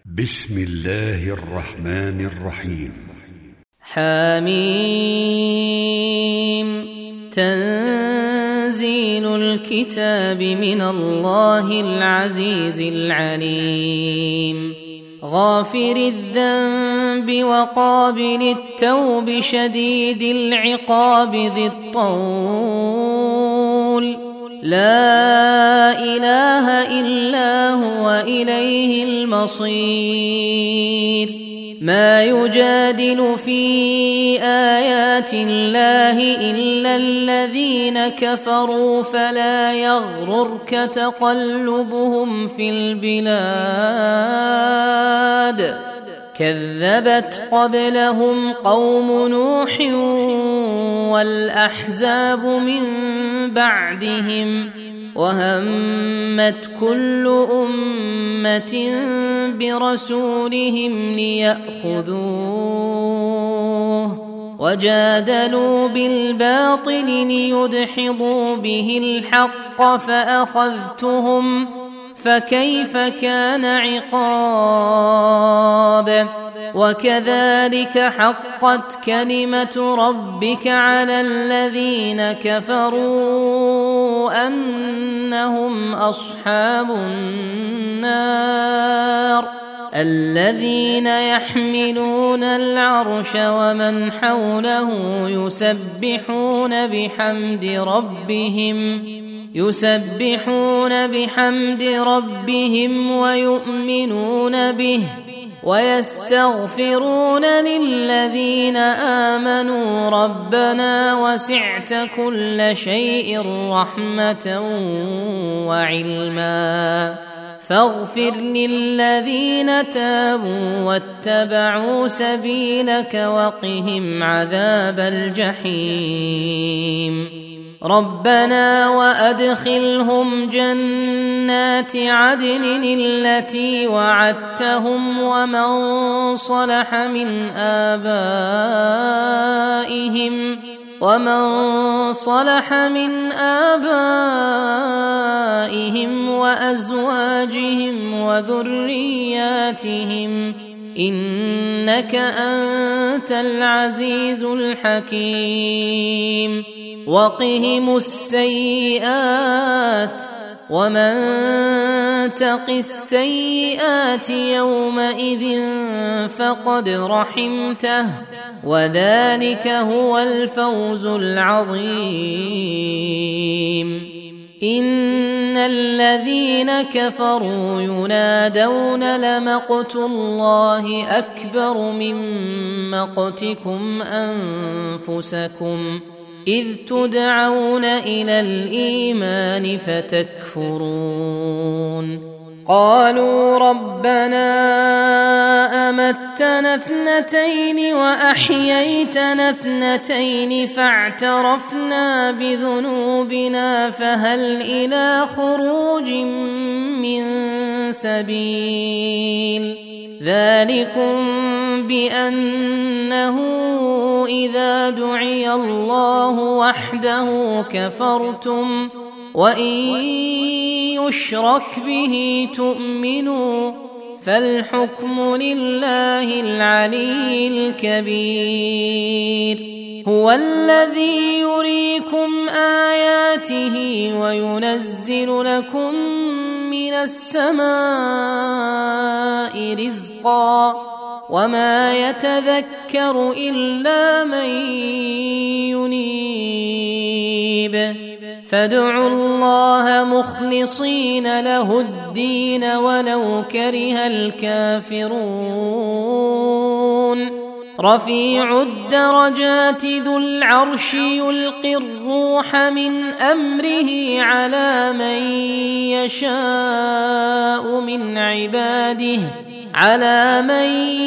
بسم الله الرحمن الرحيم. حميم. تنزيل الكتاب من الله العزيز العليم. غافر الذنب وقابل التوب شديد العقاب ذي الطول. لا إله إلا هو إليه المصير. ما يجادل في آيات الله إلا الذين كفروا فلا يغررك تقلبهم في البلاد. كذبت قبلهم قوم نوح والأحزاب من بعدهم وهمت كل أمة برسولهم ليأخذوه وجادلوا بالباطل ليدحضوا به الحق فأخذتهم فكيف كان عقاب. وكذلك حقت كلمة ربك على الذين كفروا أنهم أصحاب النار. الذين يحملون العرش ومن حوله يسبحون بحمد ربهم ويؤمنون به ويستغفرون للذين آمنوا ربنا وسعت كل شيء رحمة وعلما فاغفر للذين تابوا واتبعوا سبيلك وقهم عذاب الجحيم. ربنا وأدخلهم جنات عدن التي وعدتهم ومن صلح من آبائهم وأزواجهم وذرياتهم إنك أنت العزيز الحكيم. وقهم السيئات ومن تق السيئات يومئذ فقد رحمته وذلك هو الفوز العظيم. إن الذين كفروا ينادون لمقت الله أكبر من مقتكم أنفسكم إذ تدعون إلى الإيمان فتكفرون. قالوا ربنا أمتنا اثنتين وأحييتنا اثنتين فاعترفنا بذنوبنا فهل إلى خروج من سبيل. ذلكم بأنه إذا دعي الله وحده كفرتم وإن يشرك به تؤمنوا فالحكم لله العلي الكبير. هو الذي يريكم آياته وينزل لكم من السماء رزقا وما يتذكر إلا من ينيب. فادعوا الله مخلصين له الدين ولو كره الكافرون. رفيع الدرجات ذو العرش يلقي الروح من أمره على من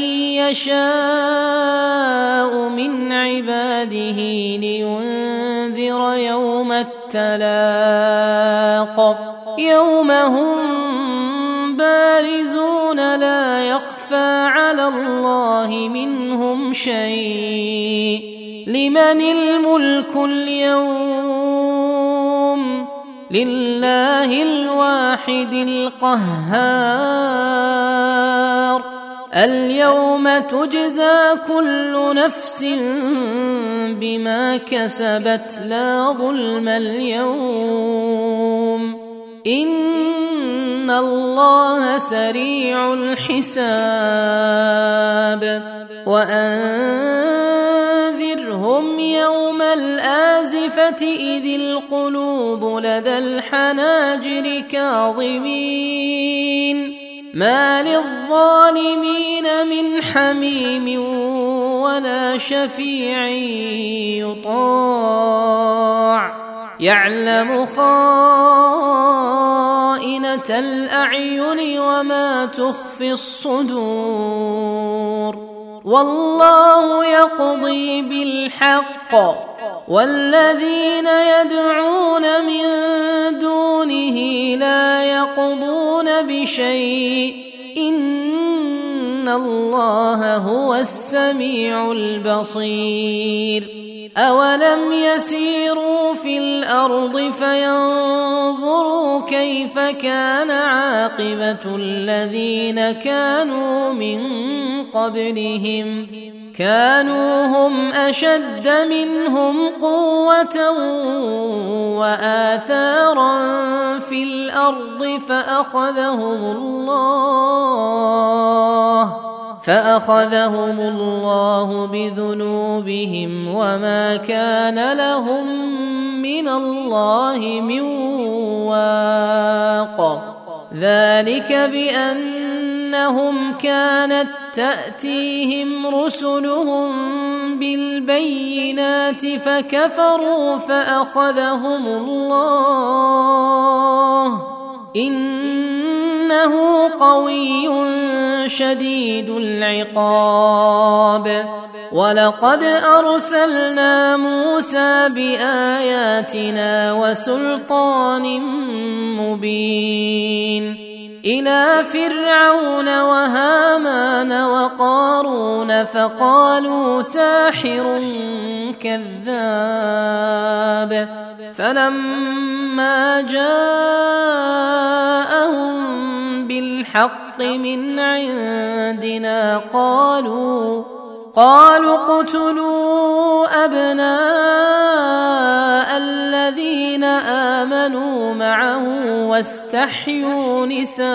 يشاء من عباده لينذر يوم التلاق. يوم هم بارزون لا يخفى على الله منهم شيء. لمن الملك اليوم؟ لله الواحد القهار. اليوم تجزى كل نفس بما كسبت لا ظلم اليوم إن الله سريع الحساب وأنذرهم يوم الآزفة إذ القلوب لدى الحناجر كاظمين ما للظالمين من حميم ولا شفيع يطاع يعلم خائنة الأعين وما تخفي الصدور والله يقضي بالحق والذين يدعون من دونه لا يقضون بشيء إن الله هو السميع البصير أولم يسيروا في الأرض فينظروا كيف كان عاقبة الذين كانوا من قبلهم كانوا هم أشد منهم قوة وآثارا في الأرض فأخذهم الله بذنوبهم وما كان لهم من الله من واق ذلك بأنهم كانت تأتيهم رسلهم بالبينات فكفروا فأخذهم الله إنه قوي شديد العقاب ولقد أرسلنا موسى بآياتنا وسلطان مبين إلى فرعون وهامان وقارون فقالوا ساحر كذاب فلما جاءهم بالحق من عندنا قالوا اقتلوا أبناء الذين آمنوا معه واستحيوا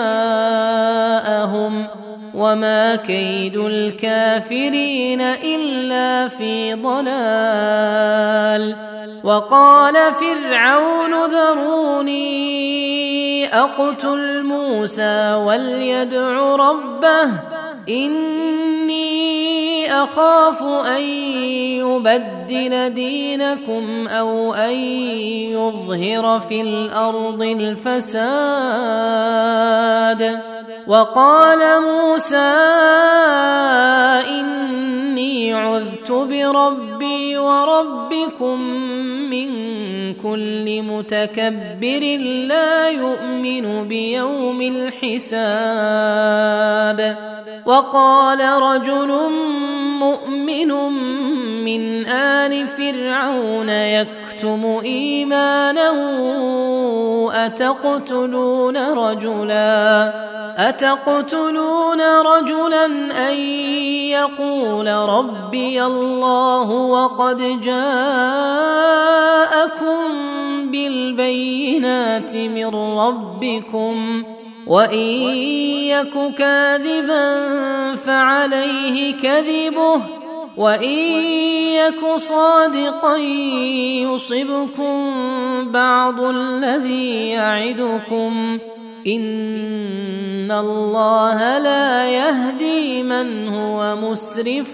نساءهم وما كيد الكافرين إلا في ضلال وقال فرعون ذروني أقتل موسى وليدع ربه إني أخاف أن يبدل دينكم أو أن يظهر في الأرض الفساد وقال موسى إني عذت بربي وربكم من كل متكبر لا يؤمن بيوم الحساب وقال رجل مؤمن من آل فرعون يكتم إيمانه أتقتلون رجلا أن يقول ربي الله وقد جاءكم بالبينات من ربكم وإن يك كاذبا فعليه كذبه وإن يك صادقا يصبكم بعض الذي يعدكم إن الله لا يهدي من هو مسرف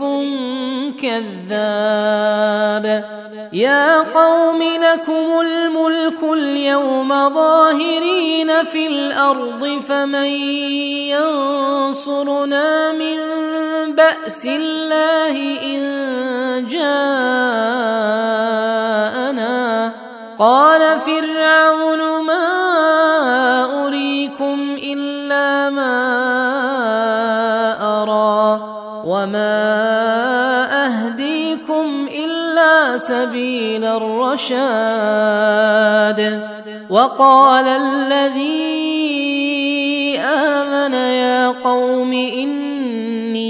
كذاب يا قوم لكم الملك اليوم ظاهرين في الأرض فمن ينصرنا من بأس الله إن جاءنا قال فرعون ما أريكم إلا ما أرى وما أهديكم إلا سبيل الرشاد وقال الذي آمن يا قوم إني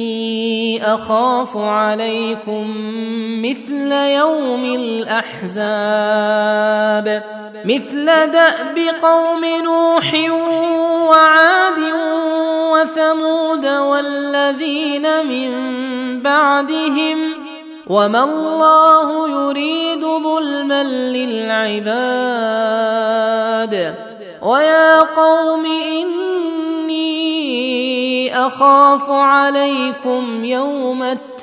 أخاف عليكم مثل يوم الأحزاب مثل دأب قوم نوح وعاد وثمود والذين من بعدهم وما الله يريد ظلما للعباد ويا قوم إني أخاف عليكم يوم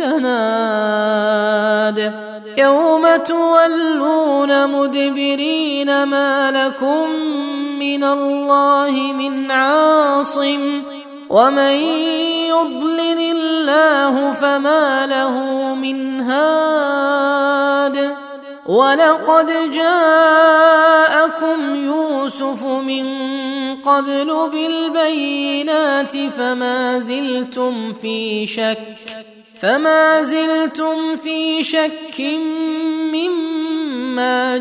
التناد يوم تولون مدبرين ما لكم من الله من عاصم ومن يضلل الله فما له من هاد ولقد جاءكم يوسف من قبل بالبينات فما زلتم في شك مما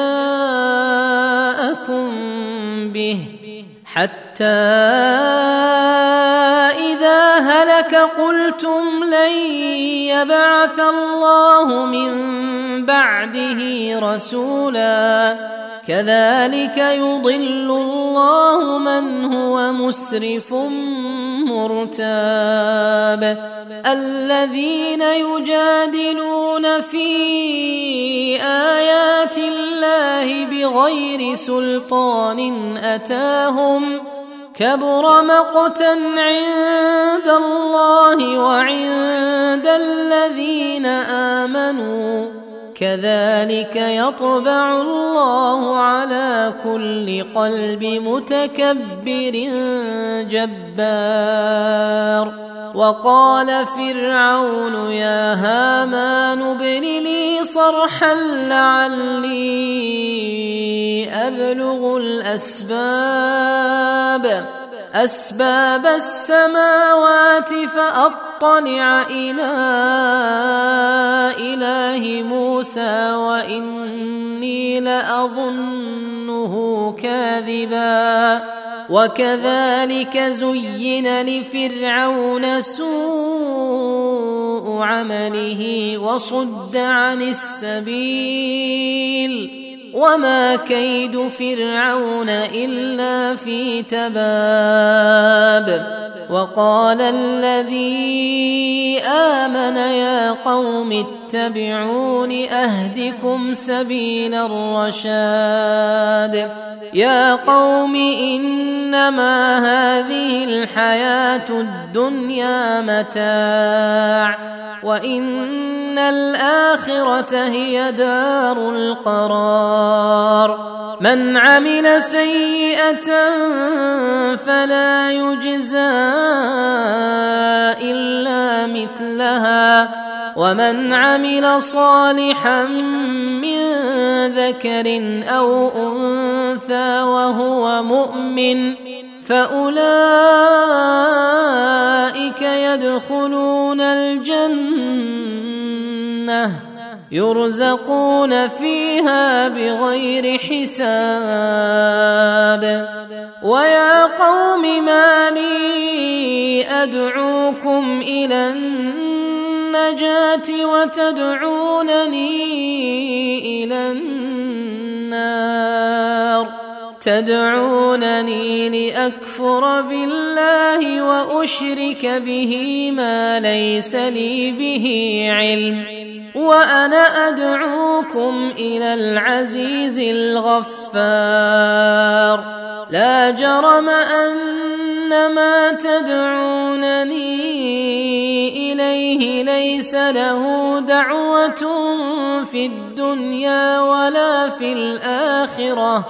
جاءكم به حتى إذا هلك قلتم لن يبعث الله من بعده رسولا كذلك يضل الله من هو مسرف مرتاب الذين يجادلون في آيات الله بغير سلطان أتاهم كبر مقتا عند الله وعند الذين آمنوا كذلك يطبع الله على كل قلب متكبر جبار وقال فرعون يا هامان ابن لي صرحا لعلي أبلغ أسباب السماوات فأطلع إلى إله موسى وإني لأظنه كاذبا وكذلك زين لفرعون سوء عمله وصد عن السبيل وما كيد فرعون إلا في تباب وقال الذي آمن يا قوم اتبعون أهدكم سبيل الرشاد يا قوم إنما هذه الحياة الدنيا متاع وإن الآخرة هي دار القرار من عمل سيئة فلا يجزى إلا مثلها ومن عمل صالحا من ذكر أو أنثى وهو مؤمن فأولئك يدخلون الجنة يرزقون فيها بغير حساب ويا قوم ما لي أدعوكم إلى النجاة وتدعونني إلى النار تدعونني لأكفر بالله وأشرك به ما ليس لي به علم وأنا أدعوكم إلى العزيز الغفار لا جرم أن ما تدعونني إليه ليس له دعوة في الدنيا ولا في الآخرة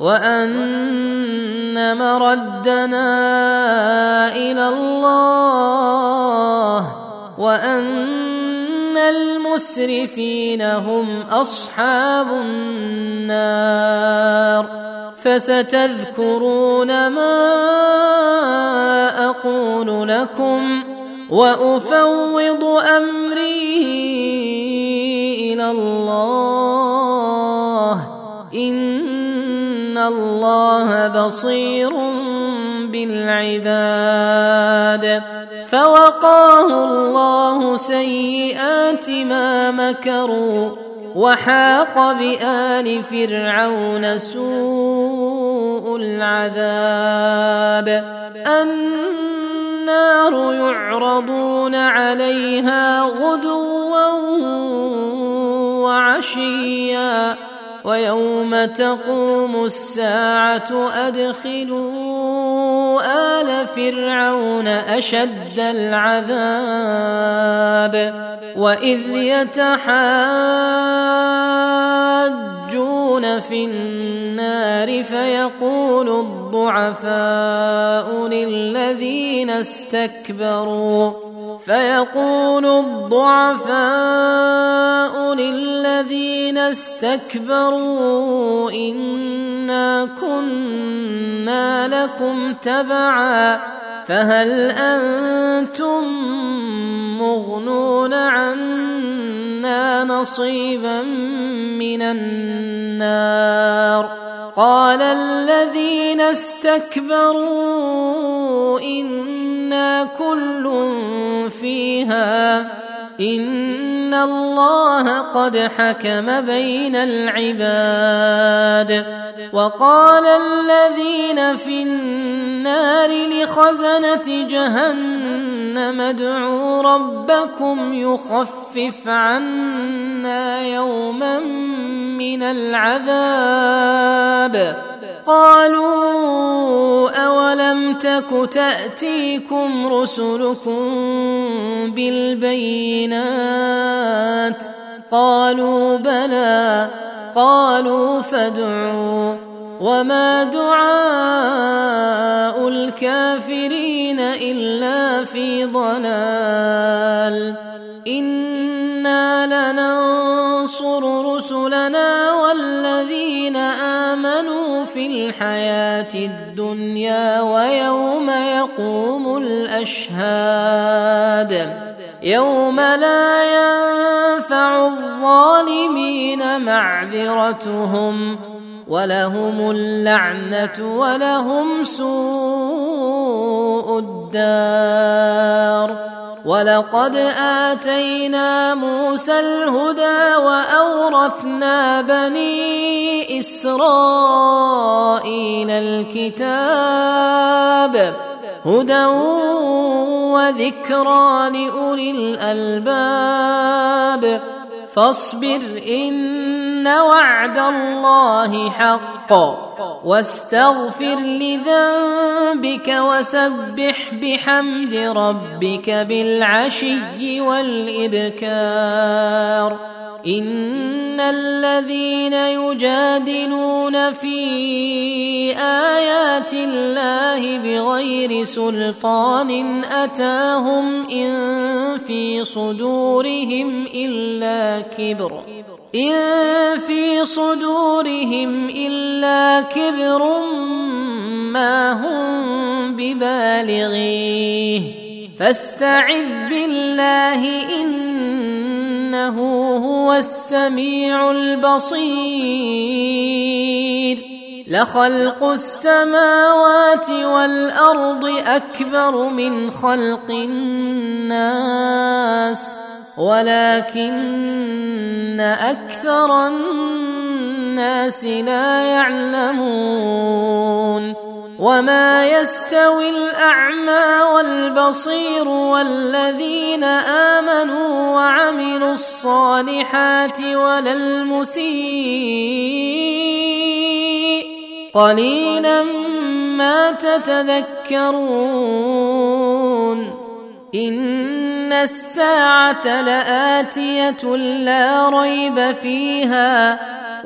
وأن مردنا إلى الله وأن المسرفين هم أصحاب النار فستذكرون ما أقول لكم وأفوض أمري إلى الله إن الله بصير بالعباد فوقاه الله سيئات ما مكروا وحاق بآل فرعون سوء العذاب النار يعرضون عليها غدوا وعشيا ويوم تقوم الساعة أدخلوا آل فرعون أشد العذاب وإذ يتحاجون في النار فيقول الضعفاء للذين استكبروا إنا كنا لكم تبعا فهل أنتم مغنون عنا نصيبا من النار قال الذين استكبروا إنا كل فيها إن الله قد حكم بين العباد وقال الذين في النار لخزنة جهنم ادعوا ربكم يخفف عنا يوما من العذاب قالوا أولم تك تأتيكم رسلكم بالبينات قالوا بلى قالوا فادعوا وما دعاء الكافرين إلا في ضلال إنا لننصر رسلنا والذين آمنوا في الحياة الدنيا ويوم يقوم الأشهاد يوم لا ينفع الظالمين معذرتهم ولهم اللعنة ولهم سوء الدار ولقد آتينا موسى الهدى وأورثنا بني إسرائيل الكتاب هدى وذكرى لأولي الألباب فاصبر إن وعد الله حق واستغفر لذنبك وسبح بحمد ربك بالعشي والإبكار إن الذين يجادلون في آيات الله بغير سلطان أتاهم إن في صدورهم إلا كبر ما هم ببالغيه فاستعذ بالله إنه هو السميع البصير لخلق السماوات والأرض أكبر من خلق الناس ولكن أكثر الناس لا يعلمون وما يستوي الأعمى والبصير والذين آمنوا وعملوا الصالحات ولا المسيء قليلا ما تتذكرون إن الساعة لآتية لا ريب فيها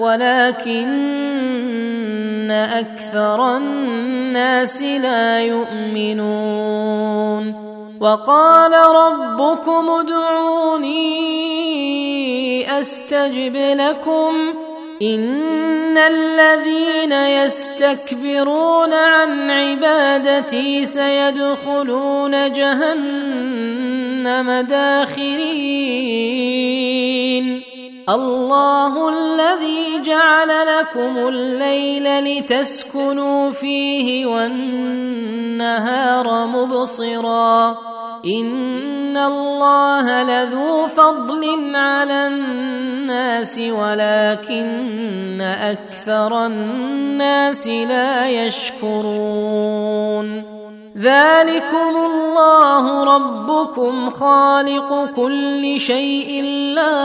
ولكن أكثر الناس لا يؤمنون وقال ربكم ادعوني أستجب لكم إن الذين يستكبرون عن عبادتي سيدخلون جهنم داخرين الله الذي جعل لكم الليل لتسكنوا فيه والنهار مبصرا إن الله لذو فضل على الناس ولكن أكثر الناس لا يشكرون ذلكم الله ربكم خالق كل شيء لا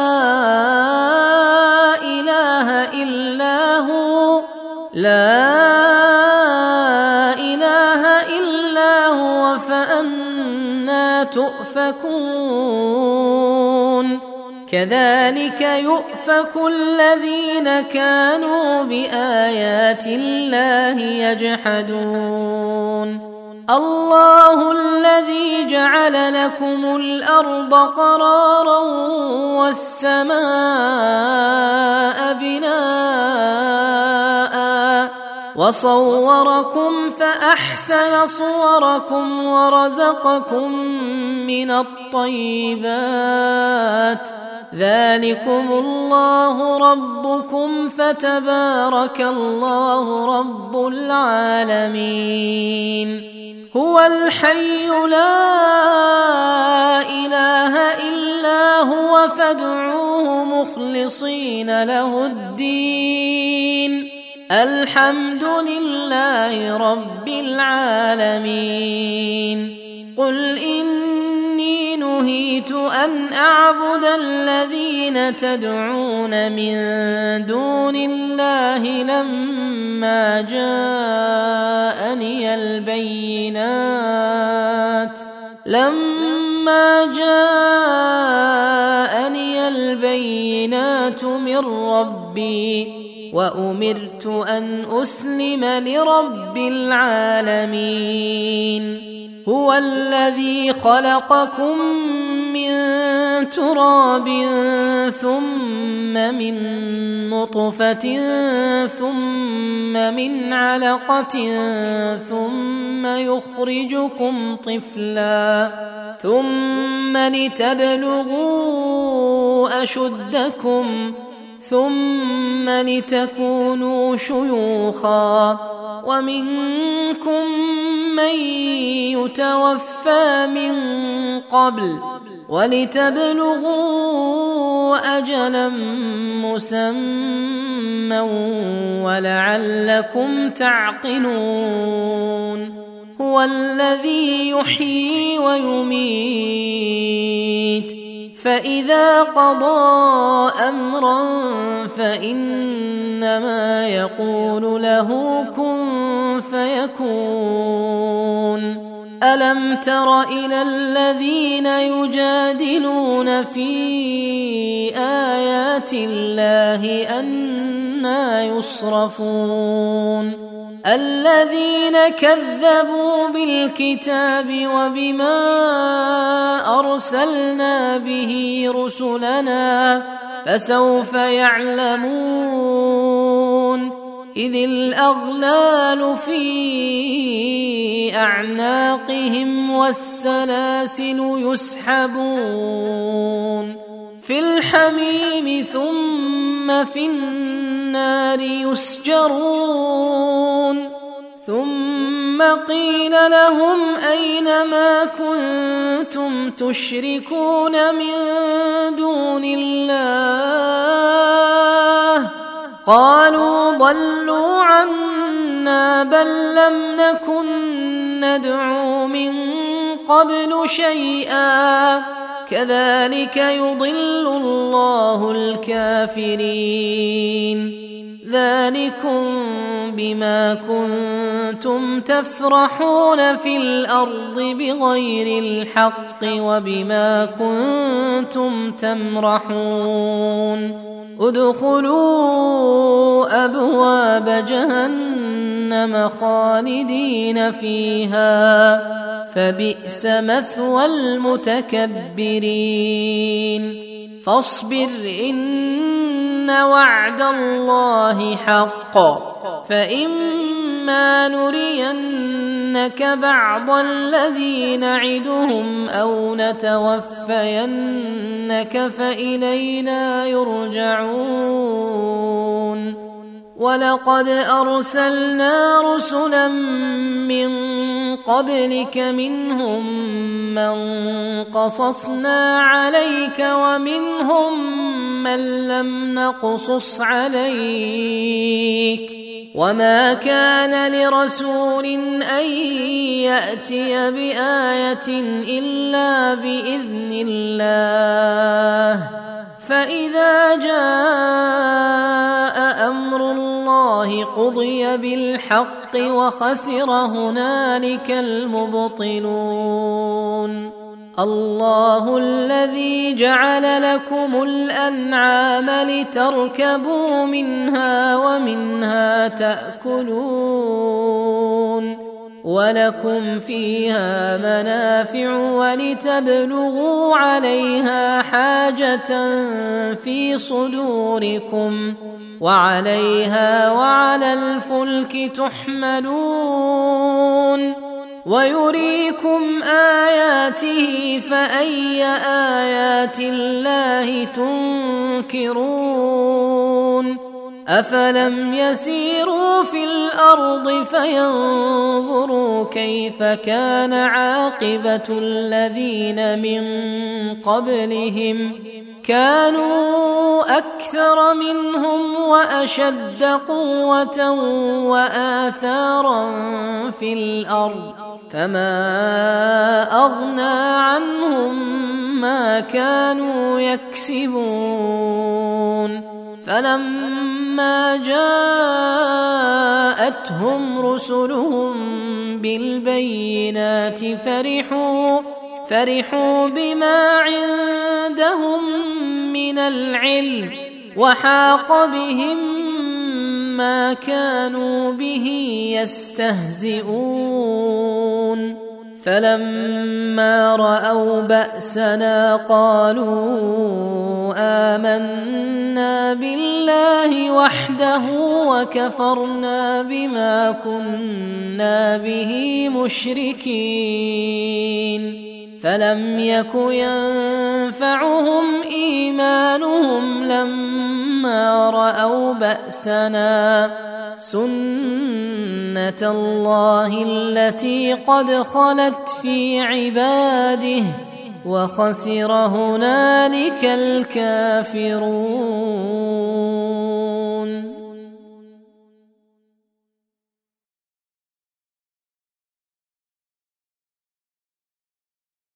إله إلا هو فأنا تؤفكون كذلك يؤفك الذين كانوا بآيات الله يجحدون الله الذي جعل لكم الأرض قرارا والسماء بناء وصوركم فأحسن صوركم ورزقكم من الطيبات ذلكم الله ربكم فتبارك الله رب العالمين هو الحي لا إله إلا هو فادعوه مخلصين له الدين الحمد لله رب العالمين قل إني نهيت أن أعبد الذين تدعون من دون الله لما جاءني البينات من ربي وأمرت أن أسلم لرب العالمين هو الذي خلقكم من تراب ثم من نطفة ثم من علقة ثم يخرجكم طفلا ثم لتبلغوا أشدكم ثم لتكونوا شيوخا ومنكم من يتوفى من قبل ولتبلغوا أجلا مسمى ولعلكم تعقلون هو الذي يحيي ويميت فإذا قضى أمرا فإنما يقول له كن فيكون ألم تر إلى الذين يجادلون في آيات الله أنى يصرفون الذين كذبوا بالكتاب وبما أرسلنا به رسلنا فسوف يعلمون إذ الأغلال في أعناقهم والسلاسل يسحبون في الحميم ثم في النار يسجرون ثم قيل لهم أين ما كنتم تشركون من دون الله قالوا ضلوا عنا بل لم نكن ندعو من قبل شيئا كذلك يضل الله الكافرين ذلكم بما كنتم تفرحون في الأرض بغير الحق وبما كنتم تمرحون ادخلوا أبواب جهنم خالدين فيها فبئس مثوى المتكبرين فاصبر إن وعد الله حق فإما نرينك بعض الذي نعدهم أو نتوفينك فإلينا يرجعون ولقد أرسلنا رسلا من قبلك منهم من قصصنا عليك ومنهم من لم نقصص عليك وما كان لرسول أن يأتي بآية إلا بإذن الله فإذا جاء أمر الله قضي بالحق وخسر هنالك المبطلون الله الذي جعل لكم الأنعام لتركبوا منها ومنها تأكلون ولكم فيها منافع ولتبلغوا عليها حاجة في صدوركم وعليها وعلى الفلك تحملون ويريكم آياته فأي آيات الله تنكرون أفلم يسيروا في الأرض فينظروا كيف كان عاقبة الذين من قبلهم كانوا أكثر منهم وأشد قوة وآثارا في الأرض فما أغنى عنهم ما كانوا يكسبون فلما جاءتهم رسلهم بالبينات فرحوا بما عندهم من العلم وحاق بهم ما كانوا به يستهزئون فلما رأوا بأسنا قالوا آمنا بالله وحده وكفرنا بما كنا به مشركين فلم يك ينفعهم إيمانهم لما رأوا بأسنا سنة الله التي قد خلت في عباده وخسر هنالك الكافرون.